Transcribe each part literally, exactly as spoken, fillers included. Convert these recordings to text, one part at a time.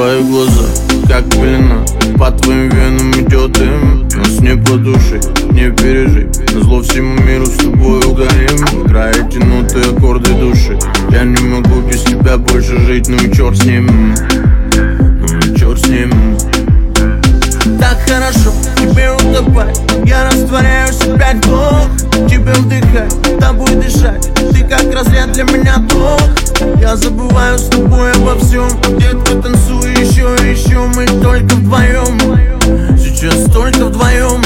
Твои глаза, как пелена, по твоим венам идет дым. Нас не по душе, не пережить. Назло всему миру с тобой угорим. Играя эти ноты, аккорды души. Я не могу без тебя больше жить, ну и черт с ним. Ну и черт с ним. Так хорошо тебе утопать, я растворяю себя вдох. Тебе вдыхать, тобой дышать. Ты как разряд для меня ток. Я забываю с тобой обо всем. Детка, танцуй еще и еще. Мы только вдвоем. Сейчас только вдвоем.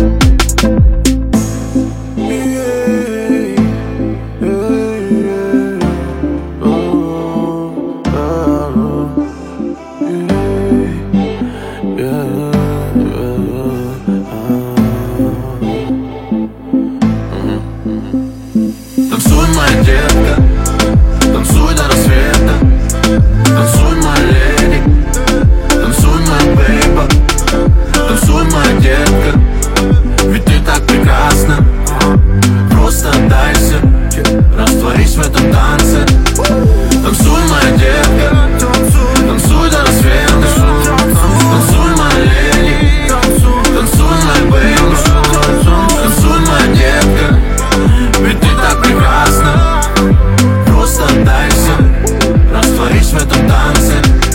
Танцуй, моя детка, танцуй до рассвета. Танцуй, моя леди, танцуй, моя бейба. Танцуй, моя детка, ведь ты так прекрасна. Просто отдайся, растворись в этом танце. Танцуй, моя детка, танцуй до рассвета. Танцуй, моя леди, танцуй, моя бейба. Танцуй, моя детка, ведь ты так прекрасна. Просто отдайся, растворись в этом танце.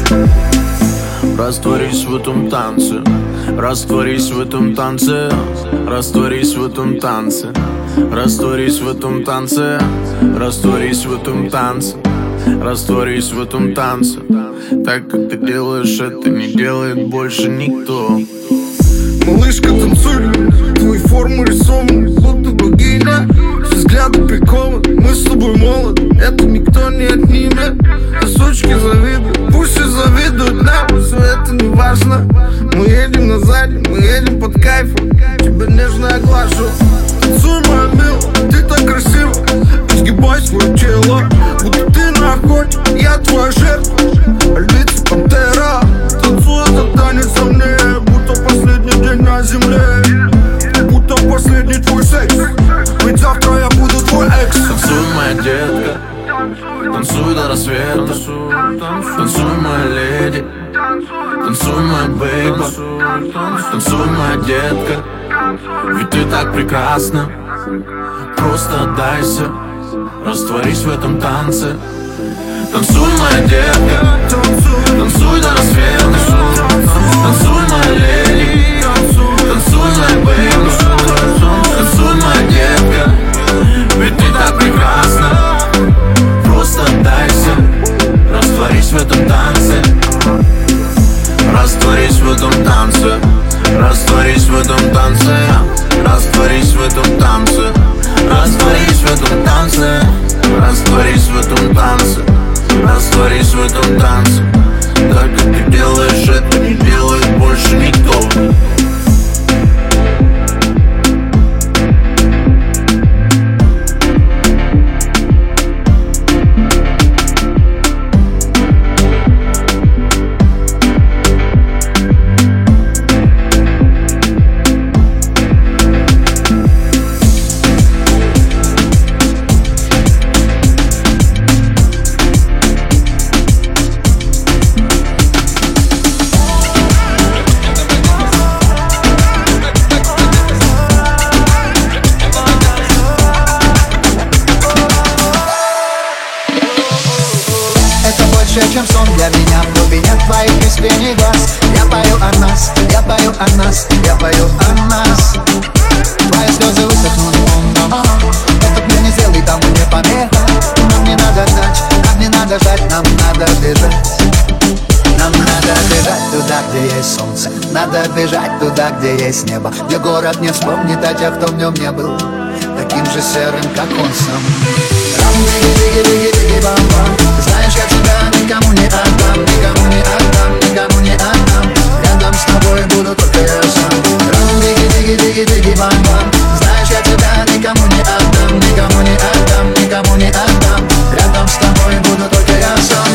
Растворись в этом танце. Растворись в этом танце. Растворись в этом танце. Растворись в этом танце. Растворись в этом танце. Растворись в этом танце. Так как ты делаешь, это не делает больше никто. Малышка, танцуй, твои формы рисованы, будто богиня. Все взгляды прикованы, мы с тобой молоды, это никто не отнимет. Сучки завидуют, пусть все завидуют нам, все это не важно. Мы едем на заднем, мы едем под кайфом, тебя нежно оглажу. Танцуй, моя милая, ты так красива, изгибай свое тело, будто ты на охоте, я твоя жертва, львица, пантера. Танцуй этот танец со мной, будто последний день на земле, будто последний твой секс, ведь завтра я буду твой экс. Танцуй, моя детка, танцуй до рассвета. Танцуй, моя леди, танцуй, моя бейба. Танцуй, моя детка, ведь ты так прекрасна. Просто отдайся, растворись в этом танце. Танцуй, моя детка, танцуй до рассвета. Танцуй, моя леди, танцуй, моя бейба. Танцуй, моя детка, ведь ты так прекрасна. Просто отдайся, растворись в этом танце. Растворись в этом танце. Растворись в этом танце. Растворись в этом танце. Растворись в этом танце. Растворись в этом танце. Растворись в этом танце. Так как ты делаешь, это не делает больше никто. Чем сон для меня в глубине твоих искренних глаз. Я пою о нас, я пою о нас, я пою о нас. Твои слезы высохнут умом. Этот мир не сделай, тому не помеха. Нам не надо ждать, нам не надо ждать, нам надо бежать. Нам надо бежать туда, где есть солнце. Надо бежать туда, где есть небо, где город не вспомнит о тех, кто в нем не был таким же серым, как он сам. Рам-диги-диги-диги-диги-бам-бам. Знаешь, я тебя никому не отдам, никому не отдам, никому не отдам. Рядом с тобой буду только я сам. Рам-диги-диги-диги-диги-бам-бам. Знаешь, я тебя никому не отдам, никому не отдам, никому не отдам. Рядом с тобой буду только я сам.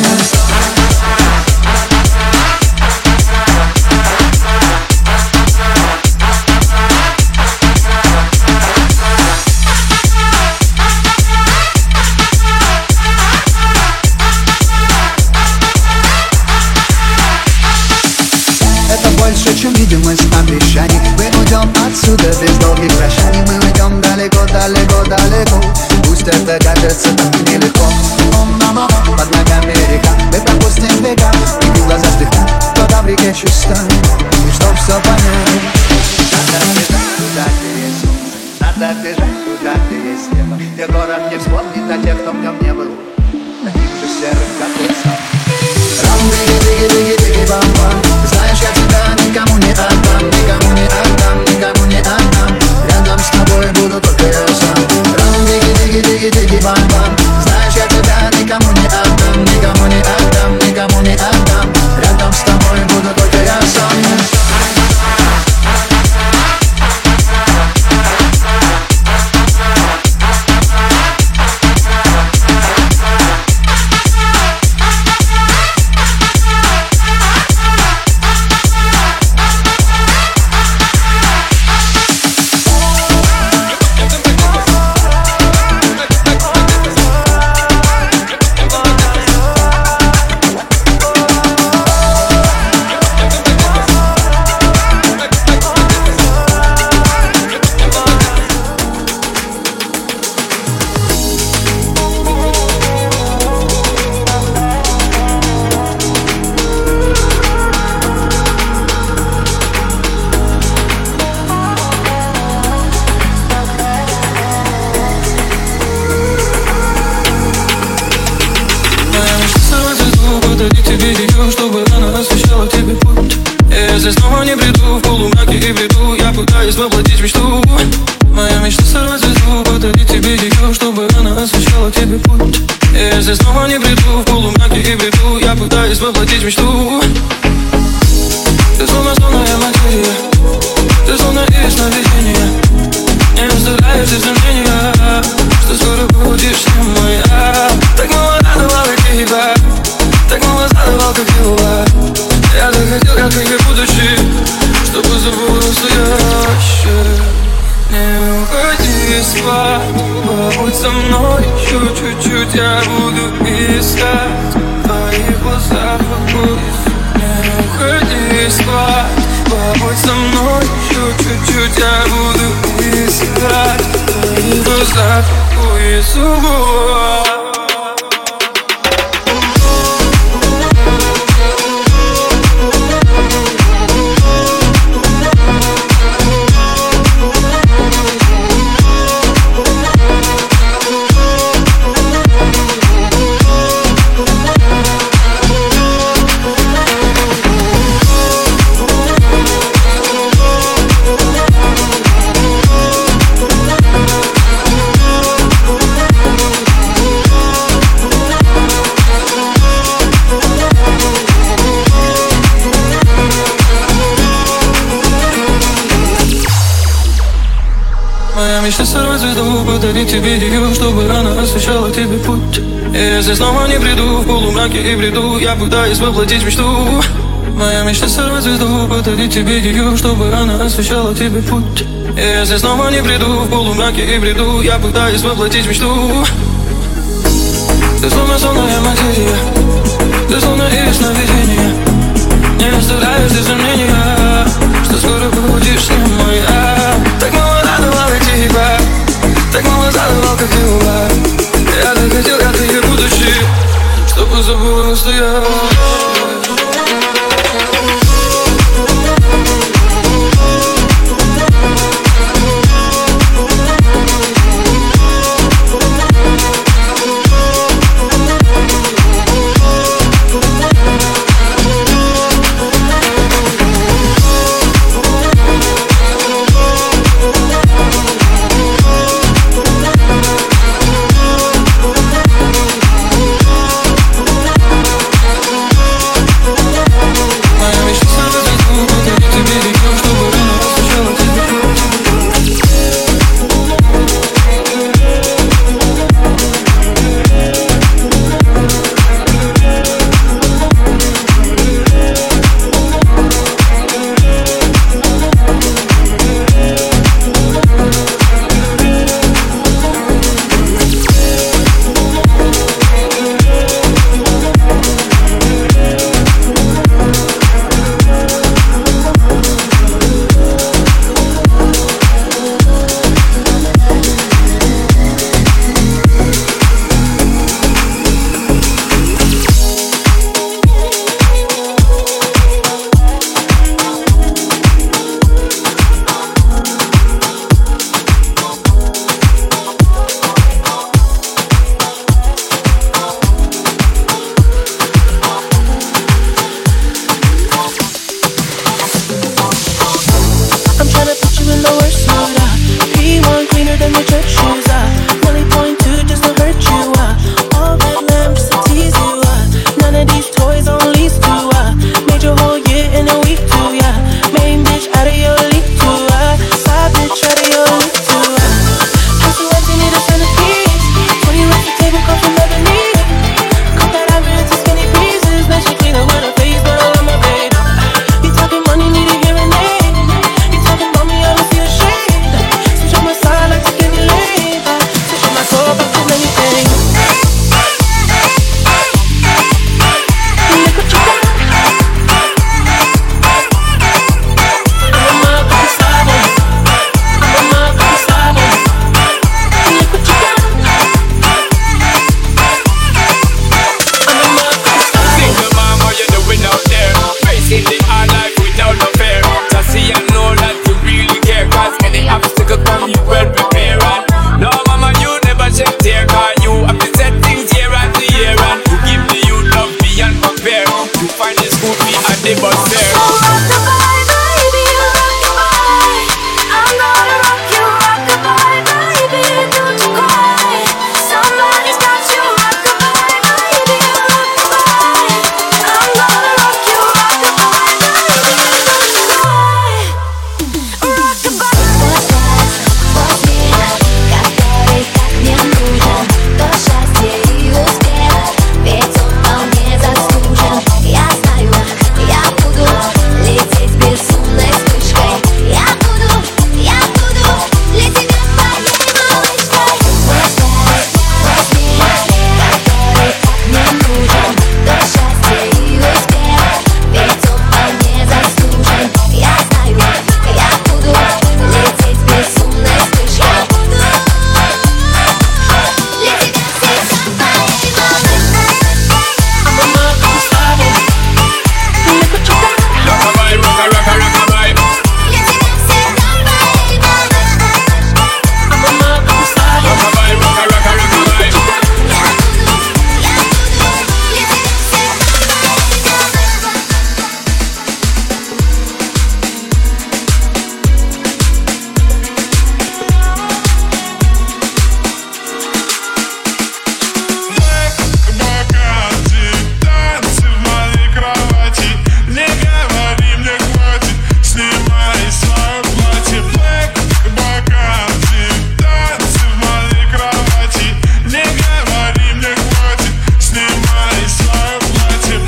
видимость обещаний. Мы уйдем отсюда без долгих прощаний. Мы уйдем далеко, далеко, далеко. Пусть это кажется так нелегко. Под ногами река, мы пропустим века. И глаза слегка, вода в реке чиста. И чтоб все понять, надо бежать туда, где есть солнце. Надо бежать туда, где есть небо. Где город не вспомнит о тех, кто в нем не был. Таким же серым, как он сам. Рам-диги-диги-диги-диги-бам-бам. Знаешь, я тебя никому не отдам. Никому не отдам, никому не отдам. Рядом с тобой буду только я сам. Рам-диги-диги-диги-диги-бам-бам. Знаешь, я тебя никому не отдам. Никому не отдам, никому не отдам. Рядом с тобой буду только я сам. Если снова не приду в полумраке и бреду, я пытаюсь воплотить мечту. Моя мечта сорвать звезду, подарить тебе ее, чтобы она освещала тебе путь. Если снова не приду в полумраке и бреду, я пытаюсь воплотить мечту. Ты словно сонная материя, ты словно из сновидения. Не оставляешь ты сомнения, что скоро будешь не моя. Так мало радовала тебя, так мало задавал, как дела. Я захотел, как и будучи, чтобы забыл настоящее. Не уходи спать, побудь со мной еще чуть-чуть. Я буду искать в твоих глазах покой. Не уходи спать, побудь со мной еще чуть-чуть. Я буду искать в твоих глазах покой и сугубо. Моя мечта сорвать звезду, подарить тебе ее, чтобы она освещала тебе путь. Если снова не приду в полумраке и бреду, я пытаюсь воплотить мечту. Моя мечта сорвать звезду, подарить тебе ее, чтобы она освещала тебе путь. Если снова не приду в полумраке и бреду, я пытаюсь воплотить мечту. Ты словно сонная материя, ты словно из сновидения. Не оставляешь ты сомнения, что скоро будешь не моя. Так мало радовала тебя, так мало задавал, как дела. Я захотел, как и будучи, чтобы забыла настоящее. the bus there. So rock-a-bye, baby, rock-a-bye. I'm gonna rock you, rock-a-bye, baby, don't you cry. Somebody's got you, rock-a-bye, baby, rock-a-bye. I'm gonna rock you, rock-a-bye, baby, don't you cry. Rock-a-bye. Вот мир, который так мне нужен, то счастье и успех, ведь он вполне заслужен. Я знаю, я буду лететь безумной вспышкой. Я буду, я буду для тебя твоей малышкой. Вот мир, который так мне нужен, то счастье и успех, ведь он вполне заслужен. Я знаю, я буду лететь безумной вспышкой. Для тебя всегда твоей малышкой. Rockabye, rocka, rocka, rockabye. Для тебя всегда твоей малышкой. Rockabye, rocka, rocka, rockabye. Я буду, я буду для тебя Богатые танцы в моей кровати. Не говори мне хватит, снимай свое платье. Блэк, богатые танцы в моей кровати. Не говори мне хватит, снимай свое платье.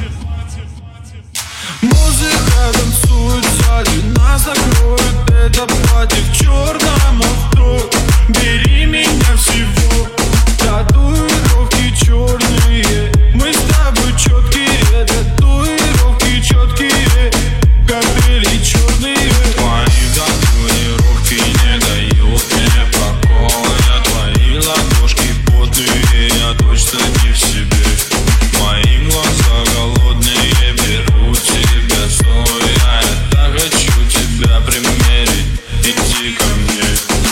Музыка танцует сзади, нас накроет это платье в черном авто. Бери меня всего, татуировки черные. Мы с тобой четкие, татуировки четкие, коктейли черные. Твои татуировки не дают мне покоя. Твои ладошки потные, я точно не в себе. Мои глаза голодные, беру тебя стоя. Я так хочу тебя примерить, иди ко мне.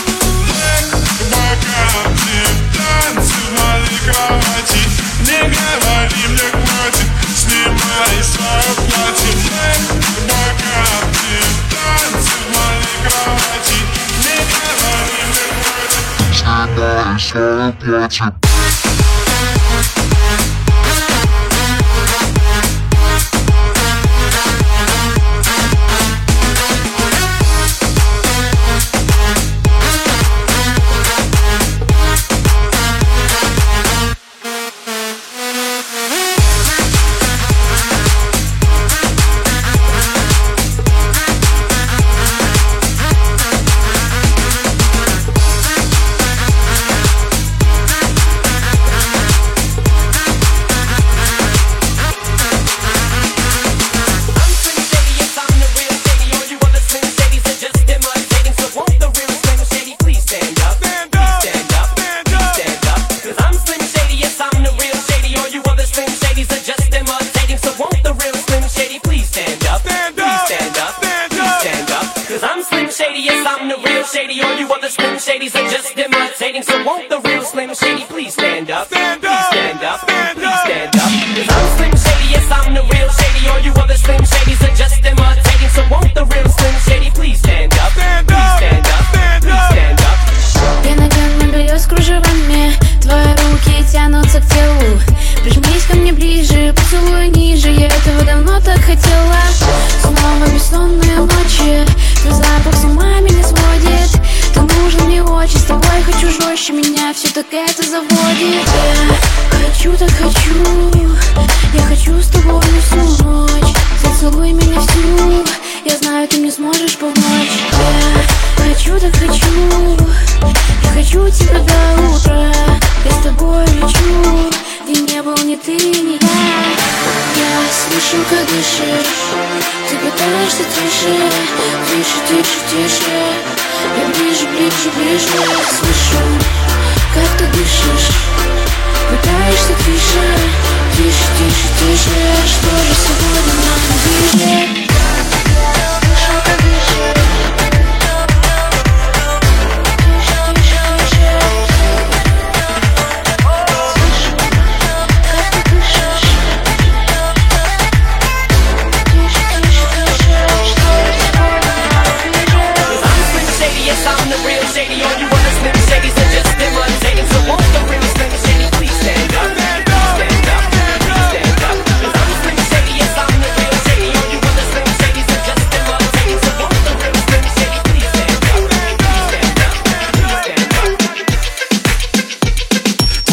Богатые танцы в моей кровати. Не говори мне хватит, снимай свое платье. Богатые танцы в моей кровати. Не говори мне хватит, снимай свое платье. Shadies are just imitating, so won't the real Slim Shady please stand up? Stand up, stand up, please stand up. Cause I'm Slim Shady, yes I'm the real Shady. All you other Slim Shadys are just imitating, so won't the real Slim Shady please stand up? Please stand up, please stand up. Я надену белье с кружевами, твои руки тянутся к телу. Прижмись ко мне ближе, поцелуй ниже, я этого давно так хотела. Снова бессонные ночи, твой запах с ума меня сводит. Ты нужен мне очень, с тобой хочу жестче, меня все так это заводит. Я хочу, так хочу, я хочу с тобой всю ночь. Зацелуй меня всю, я знаю, ты мне сможешь помочь. Я хочу, так хочу, я хочу тебя до утра. Я с тобой лечу, где не был ни ты, ни я. Я слышу, как дышишь, ты пытаешься тише, тише, тише, тише. Я ближе, ближе, ближе. Слышу, как ты дышишь, пытаешься тише, тише, тише, тише. Что же сегодня нам ближе? Слышу, как дышишь. Слышу, как ты дышишь.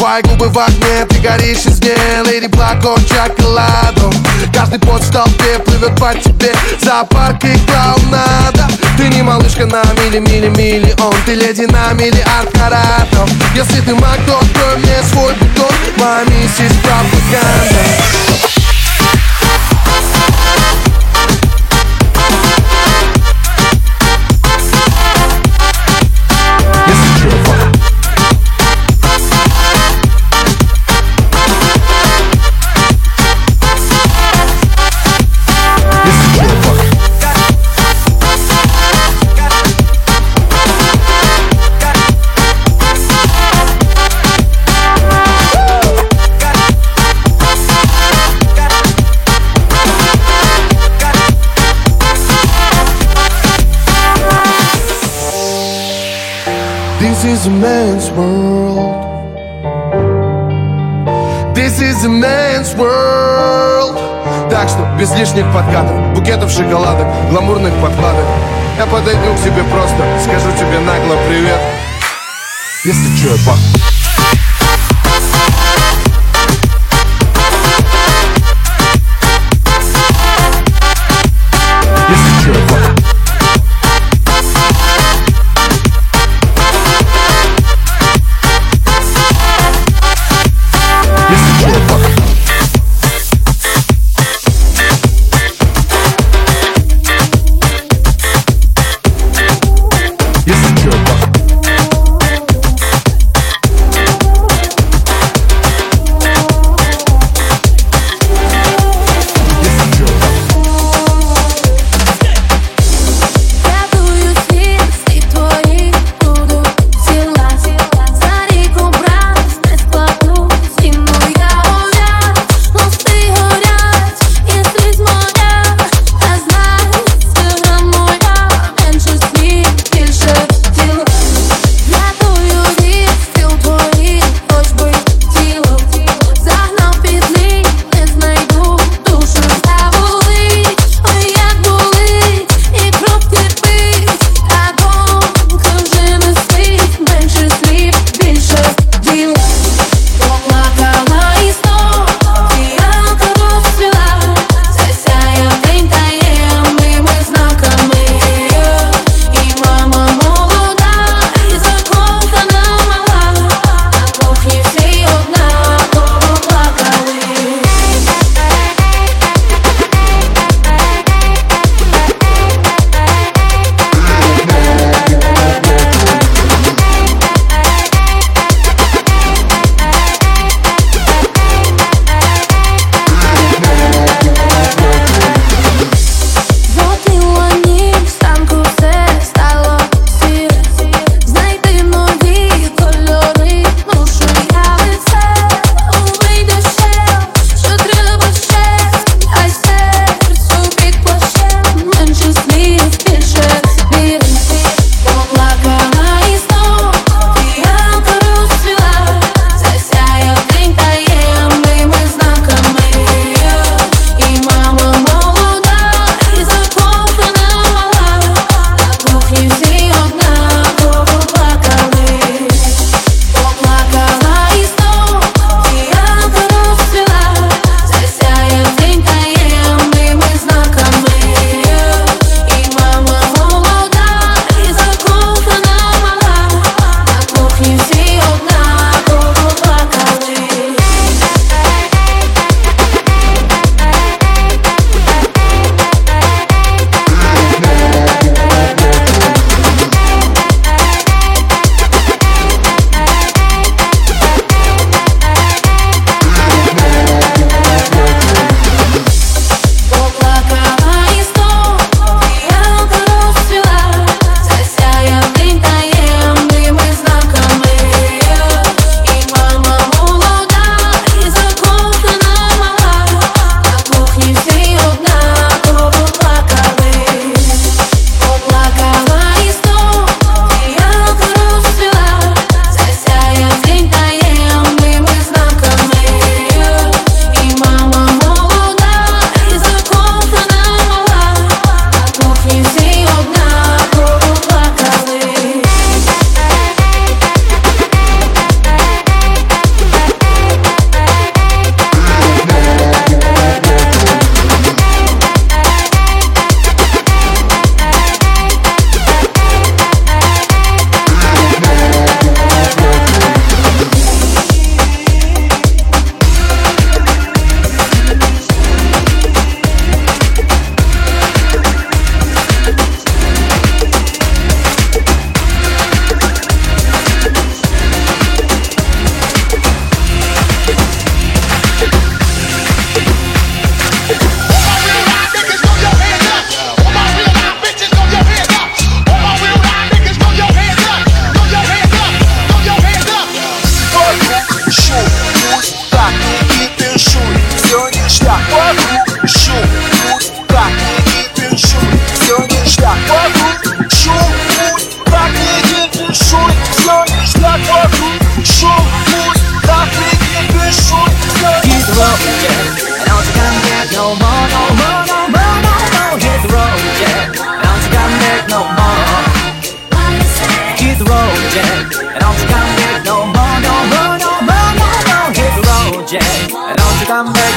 Твои губы в огне, ты горишь из ней. Леди Блако, чоколадо. Каждый пот в толпе плывет по тебе. Зоопарк и клоунада. Ты не малышка на мили-мили-миллион. Ты леди на миллиард каратов. Если ты маг, то открой мне свой бутон. Моя миссис пропаганда. This is a man's world. This is a man's world. Так что без лишних подкатов, букетов шоколадок, гламурных подкладок. Я подойду к тебе просто, скажу тебе нагло привет. Если чё, я пах. Если чё, я пах.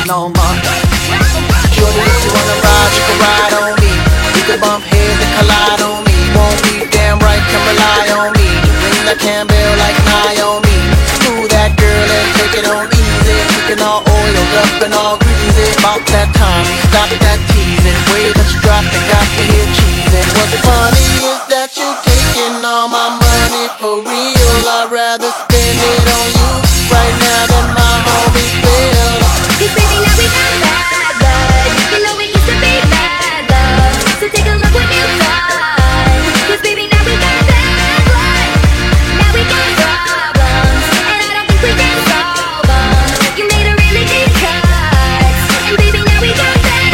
no more. Shorty, if you wanna ride, you can ride on me. We can bump heads and collide on me. Won't be damn right, can rely on me. Ring the Campbell like Naomi. Screw that girl and take it on easy. Looking all oiled up and all greasy. About that time, stop that teasing. Way that you drop and got me here cheesing. What's funny is that you taking all my money for real. I'd rather spend it on you right now than my homies feel. Cause baby, now we got bad blood. You know we used to be bad love. So take a look what you've done. Cause baby, now we got bad blood. Now we got problems, and I don't think we can solve them. You made a really deep cut, and baby, now we got bad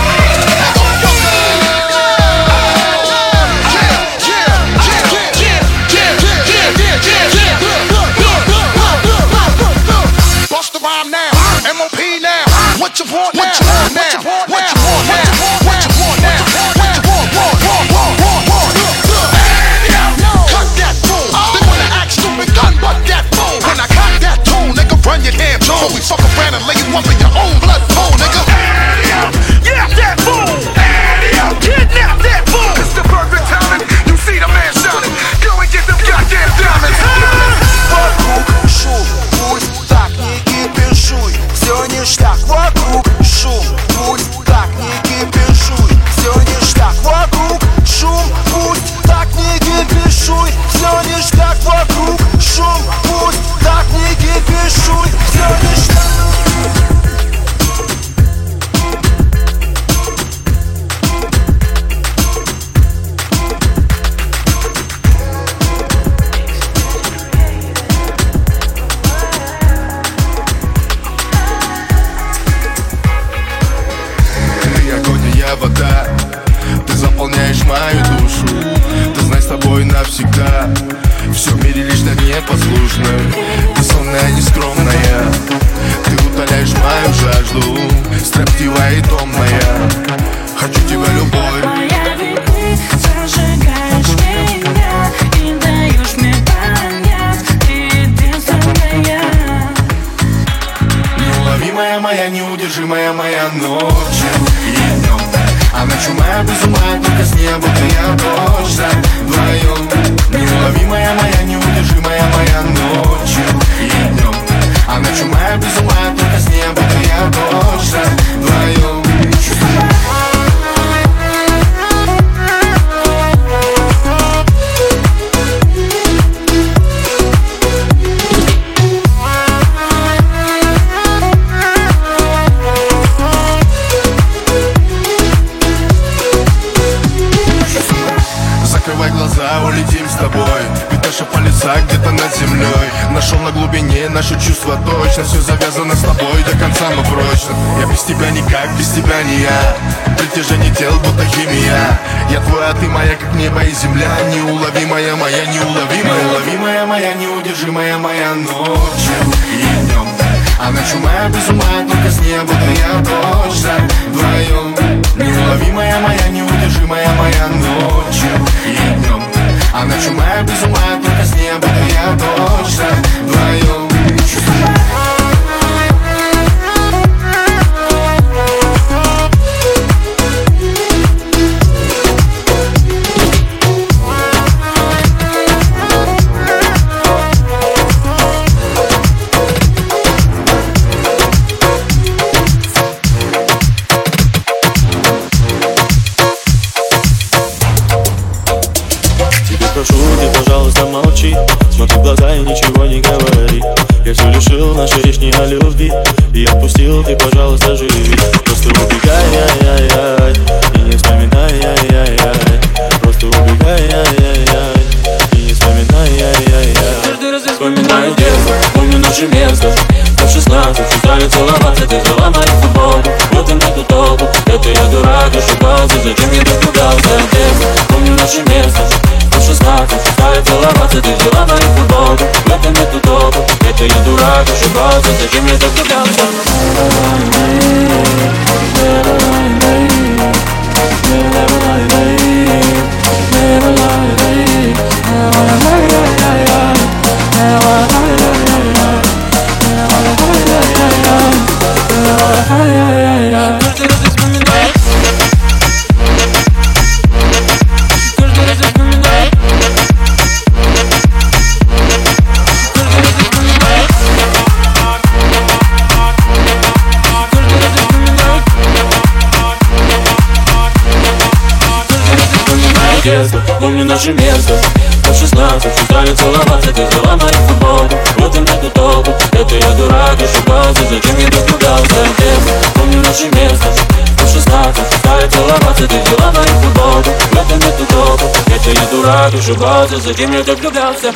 Bust the rhyme now, M O P now. What you want now? What you want now? What you want now? What you want now? What you want? Want? Want? Want? Want? Want? Cut that fool. They wanna act stupid, gun but that fool. When I cock that tune, nigga, run your damn tune. We fuck around and lay you up in your own blood pool, nigga. Yeah, that fool. Kidnap that fool. It's the perfect timing. You see the man shining. Go and get them goddamn diamonds. Вокруг шум, пусть так не кипишуй. Все ништяк, вокруг шум, пусть так не кипишуй. Все ништяк, вокруг шум, пусть так не кипишуй. Все ништяк, вокруг шум, пусть так не кипишуй. Все ништяк. Вода, ты заполняешь мою душу. Ты знай, с тобой навсегда. Все в мире лишь для непослушных. Ты сонная, нескромная. Ты утоляешь мою жажду. Строптивая и томная. Хочу тебя, любовь. Моя любовь, зажигаешь меня и даешь мне понять, ты единственная. Неуловимая моя, неудержимая моя ночь и днем. А ночью моя без ума, только с неба ты я точно вдвоем. Неуловимая моя, неудержимая моя ночью и днем. А ночью моя без ума, только с неба ты я точно вдвоем. Улетим с тобой, ведь наша полюса где-то над землей. Нашел на глубине наши чувства точно. Все завязано с тобой, до конца мы прочно. Я без тебя никак, без тебя не я. Притяжение тел, будто химия. Я твой, а ты моя, как небо и земля. Неуловимая моя, неуловимая. Неуловимая моя, неудержимая моя ночью и днем. А ночью моя без ума, только с неба ты я точно вдвоем. Неуловимая моя, неудержимая моя ночью и днем. А ночью моя без ума, только с неба ты я точно вдвоем. Прошу, ты, пожалуйста, молчи. Смотри в глаза и ничего не детство, помню наше место. В шестнадцать стали целоваться, ты взяла мою футболку. В этом нету толку, это я дурак, ошибался. Зачем я так пугался? Помню наше место. В шестнадцать стали целоваться, ты взяла мою футболку. В этом нету толку, это я дурак, ошибался. Зачем я так влюблялся?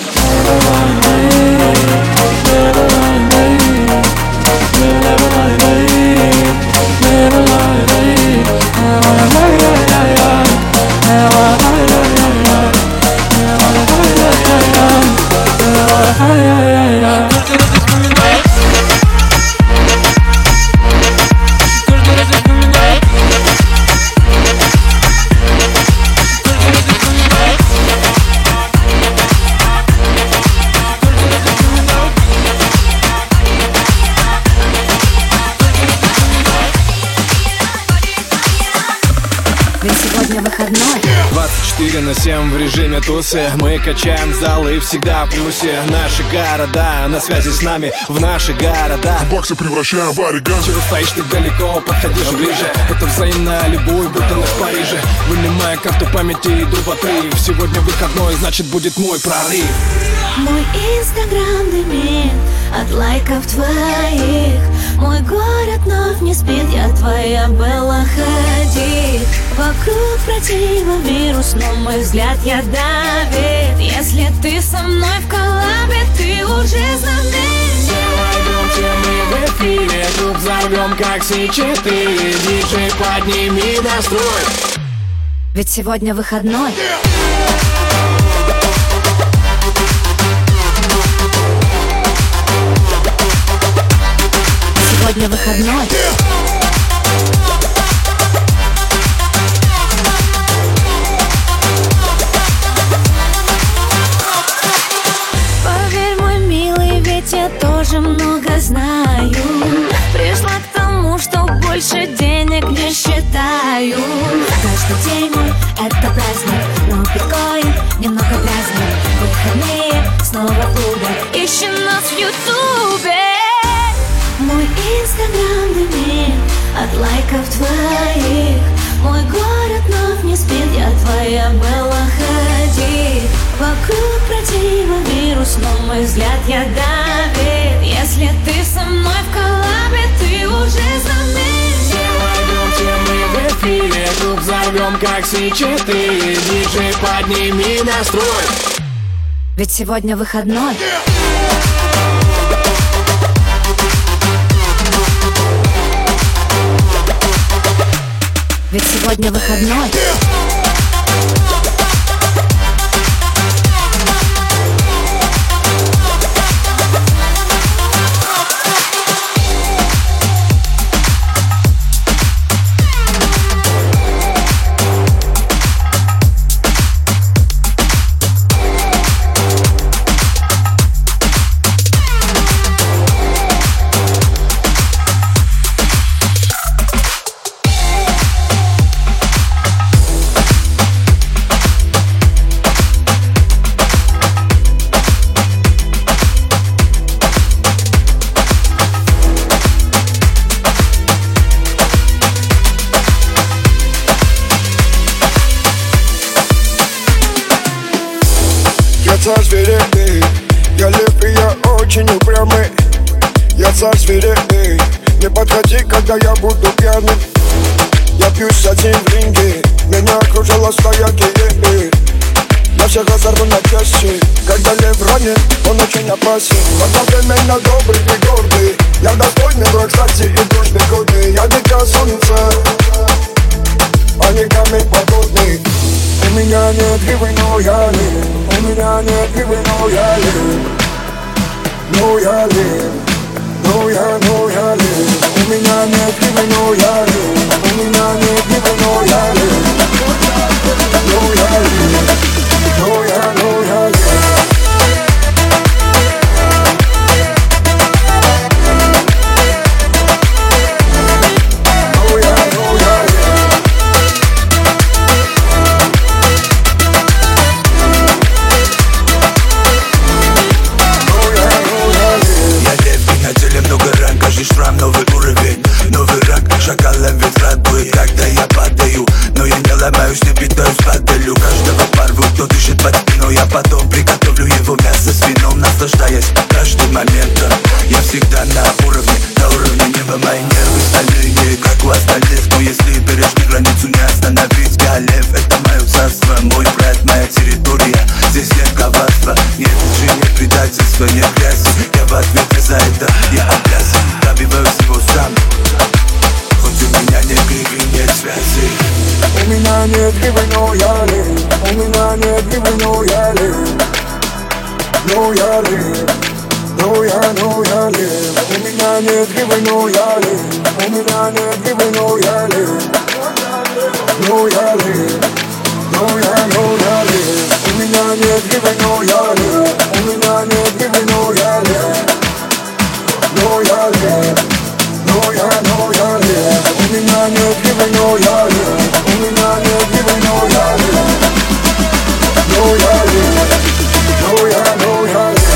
двадцать четыре на семь в режиме тусы. Мы качаем залы всегда в плюсе. Наши города на связи с нами. В наши города баксы превращаем в оригами. Чего стоишь ты далеко, подходи же ближе. Это взаимная любовь, будто мы в Париже. Вынимая карту памяти, иду в отрыв. Сегодня выходной, значит будет мой прорыв. Мой инстаграм дымит от лайков твоих. Мой город вновь не спит, я твоя Белла Хадид. Вокруг противовирус, но мой взгляд я давит. Если ты со мной в коллабе, ты уже знаменит. Мы в эфире, тут взорвем как Си четыре. Диджей, подними настрой. Ведь сегодня выходной. Сегодня выходной. Поверь, мой милый, ведь я тоже много знаю. Пришла к тому, что больше денег не считаю. Каждый день мой — это праздник, но биткоин немного праздник. Выходные снова Uber. Ищи нас в Ютубе. Мой инстаграм дымит от лайков твоих. Мой город вновь не спит, я твоя Белла Хадид. Вокруг противовирус, но мой взгляд я давит. Если ты со мной в коллабе, ты уже знаменит. Мы в эфире, тут взорвем как Си четыре. Диджей, подними настрой. Ведь сегодня выходной. Ведь сегодня выходной. Царь свирепый, я лев и я очень упрямый. Я царь свирепый, не подходи, когда я буду пьяным. Я бьюсь один в ринге, меня окружала стая геев. Я всех разорву на части, когда лев ранен, он очень опасен. Одновременно добрый и гордый, я достойный враг, кстати, и дождь беготный. Я дитя солнца, а не камень подводный. У меня нет гривы, но я лев. У меня нет гривы, но я лев. Но я лев. Но я, но я лев. У меня нет гривы, но я лев. У меня нет гривы, но я лев. Но я лев. Но я, но я лев. Шрам, новый уровень, новый ранг, шакалом ведь радует. Когда я падаю, но я не Ломаюсь, не питаюсь портфелю каждого порву, кто дышит под спину. Я потом приготовлю его мясо с вином, наслаждаясь каждым моментом. Я всегда на уровне, на уровне неба. Мои нервы стальные, как у остальных. Но если перешли границу, не остановить. Я лев, это мое царство, мой брат, моя территория. Здесь нет коварства, нет лжи, нет предательства, нет грязи. Я в ответ за это, я обязан. Добиваюсь его сам, хоть у меня нет гривы, нет связи. У меня нет гривы, но я лев. У меня нет гривы, но я лев. Но я лев. Но я, но я лев. У меня нет гривы, но я лев. У меня нет гривы, но я лев. Но я лев. Но я, но я лев. У меня нет гривы, но я лев. У меня нет гривы, но я лев. Но я лев. Но я, но я лев. У меня нет гривы, но я лев. У меня нет гривы, но я лев. Но я лев. Но я, но я лев.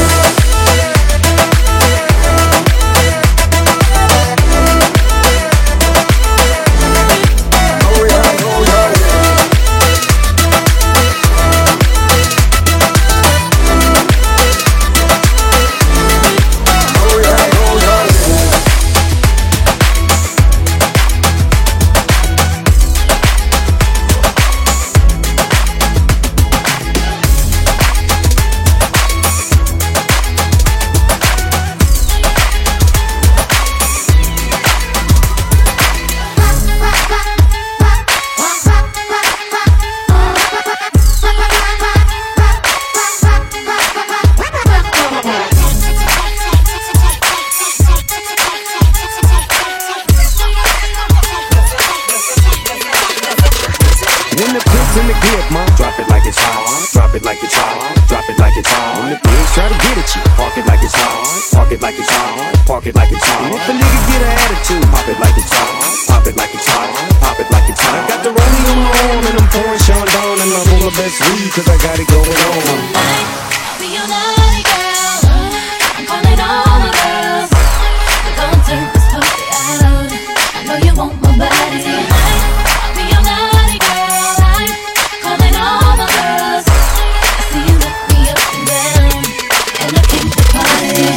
Park it like it's hot. If a nigga get an attitude, pop it like it's hot. Pop it like it's hot. Pop it like it's hot. I got the rollie on my arm and I'm pouring Sean down and I'm on my best weed cause I got it going on. I'll be your naughty girl. I'm calling all my girls. But don't turn this pussy out. I know you want my body. I'll be your naughty girl. I'm calling all my girls. I see you look me up and down and I keep the party.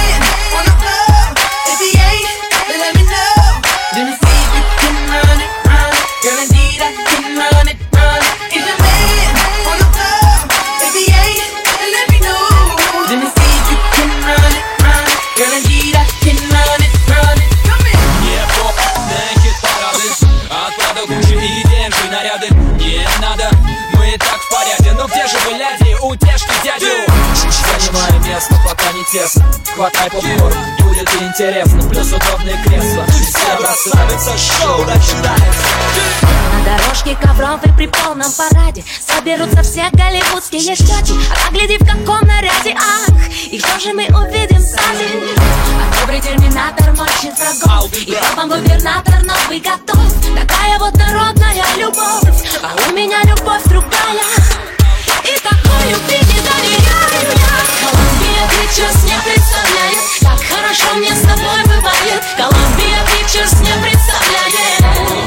Тесно. Хватай попкорн, будет интересно. Плюс удобные кресла. Все расслабятся, шоу начинается. На дорожке ковровой при полном параде соберутся все голливудские щеки. А гляди, в каком наряде, ах, и что же мы увидим сзади? А добрый терминатор мочит врагов, и вам губернатор новый готов. Такая вот народная любовь, а у меня любовь другая. И такой любви не доверяю я. Columbia Pictures не представляет, как хорошо мне с тобой бывает. Columbia Pictures не представляет.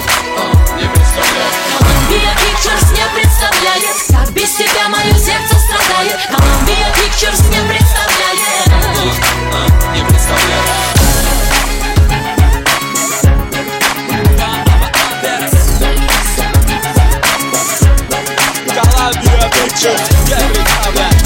Columbia Pictures не представляет, как без тебя мое сердце страдает. Columbia Pictures не представляет. Не представляет. Columbia Pictures не представляет.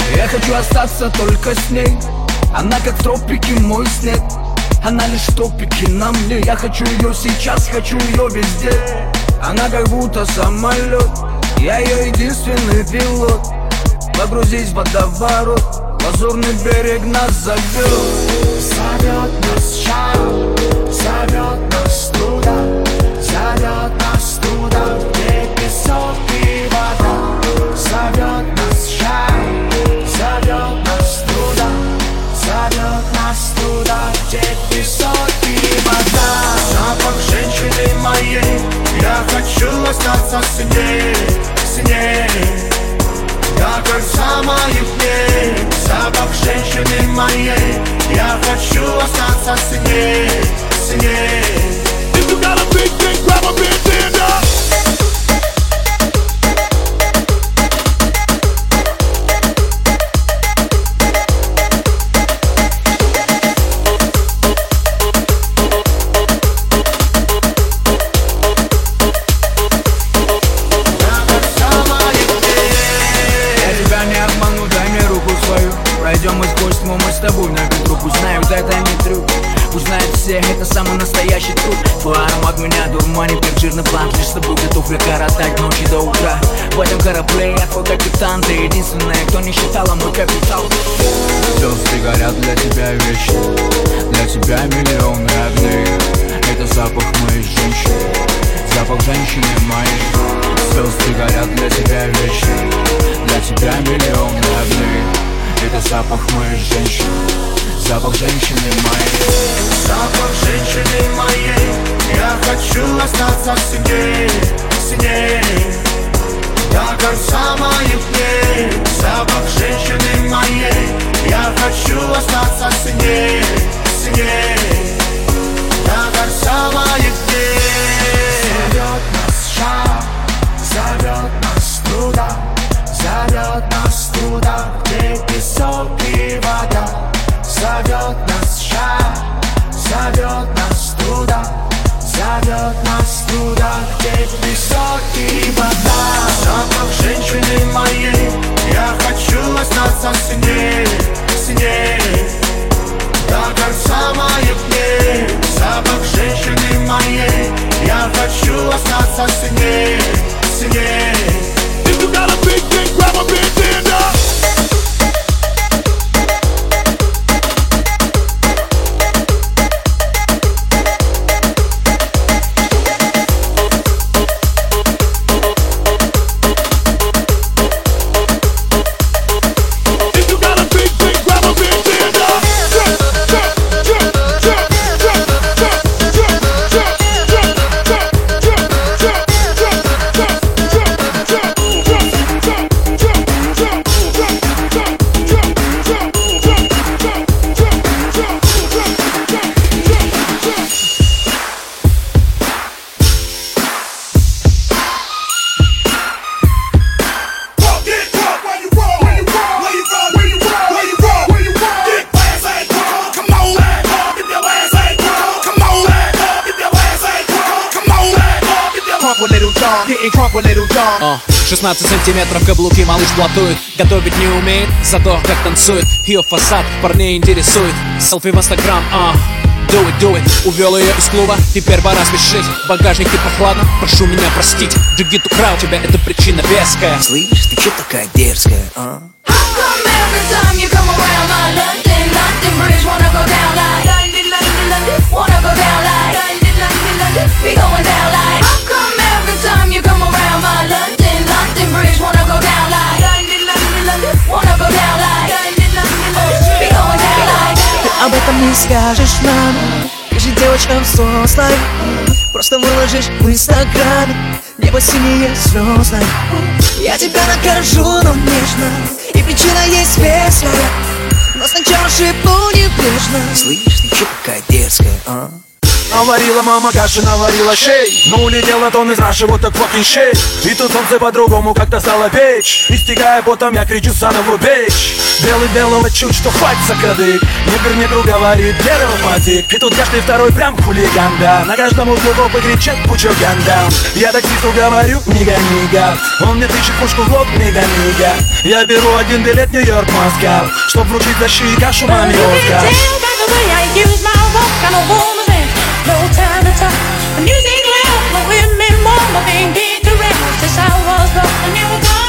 Я хочу остаться только с ней. Она как в тропике мой снег. Она лишь в топике на мне. Я хочу ее сейчас, хочу ее везде. Она как будто самолет. Я ее единственный пилот. Погрузись в водоворот. Лазурный берег нас зовет. Зовет нас шаг, зовет нас туда, зовет нас туда, где песок и вода. Зовет нас шаг, зовет нас туда, зовет нас туда, где песок и вода. Запах женщины моей, я хочу остаться с ней, с ней. Я как самая дней, запах женщины моей, я хочу остаться с ней, с ней. If you got a big thing, grab a big stand up. Пройдем мы сквозь тьму, мы с тобой на ветру. Узнаю, да это не трюк. Узнают все, это самый настоящий труд. Твой аромат меня дурманит, как жирный плант. Лишь с тобой готов я коротать ночи до утра. В этом корабле я твой капитан. Ты единственная, кто не считала мой капитал. Звезды горят для тебя вечно, для тебя миллионы огней. Это запах моей женщины, запах женщины моей. Звезды горят для тебя вечно, для тебя миллионы огней. Это запах моей женщины, запах женщины моей. Запах женщины моей, я хочу остаться с ней, с ней. Я как самая дней, запах женщины моей, я хочу остаться с ней, с ней. Я как самая дней. Зовет нас шаг, зовет нас туда, зовет нас туда, где песок и вода. Зовет нас шаг, зовет нас туда, зовет нас туда, где песок и вода. Запах женщины моей, я хочу остаться с ней, с ней. Я как самая дней, запах женщины моей, я хочу остаться с ней, с ней. If you got a big thing, grab a big stand up. Uh, шестнадцать сантиметров каблуки малыш блатует. Готовить не умеет, зато как танцует. Ее фасад парней интересует. Селфи в инстаграм, uh. Do it, do it. Увел ее из клуба, теперь пора спешить. В багажнике прохладно, прошу меня простить. Джигит украл тебя, это причина веская. Слышь, ты че такая дерзкая, а? We going down like How come every time you come around my London, London Bridge wanna go down like London, London, London wanna go down like London, London, London we going down like Ты об этом не скажешь нам, ты же девочка взрослая. Просто выложишь в инстаграме небо синее звездное. Я тебя накажу, но нежно, и причина есть веская. Но сначала шепну небрежно. Слышь, ты че такая дерзкая, а? Наварила мама каши, наварила щей, но улетел на тон из нашего так fucking щей. И тут солнце по-другому как-то стало печь, истекая потом я кричу санову бечь. Белый белого чуть, что хватится кадык. Негр негру говорит, Герл Мадик. И тут каждый второй прям хулиган, да. На каждом углу копы кричат, put your gun down. Я таксисту говорю, нига-нига. Он мне тычет пушку в лоб, нига-нига. Я беру один билет Нью-Йорк, Москва, чтоб вручить за щи и кашу маме Оскар. No time to talk. The music loud, my women more, my thing get the rest. Since I was broke, I never got.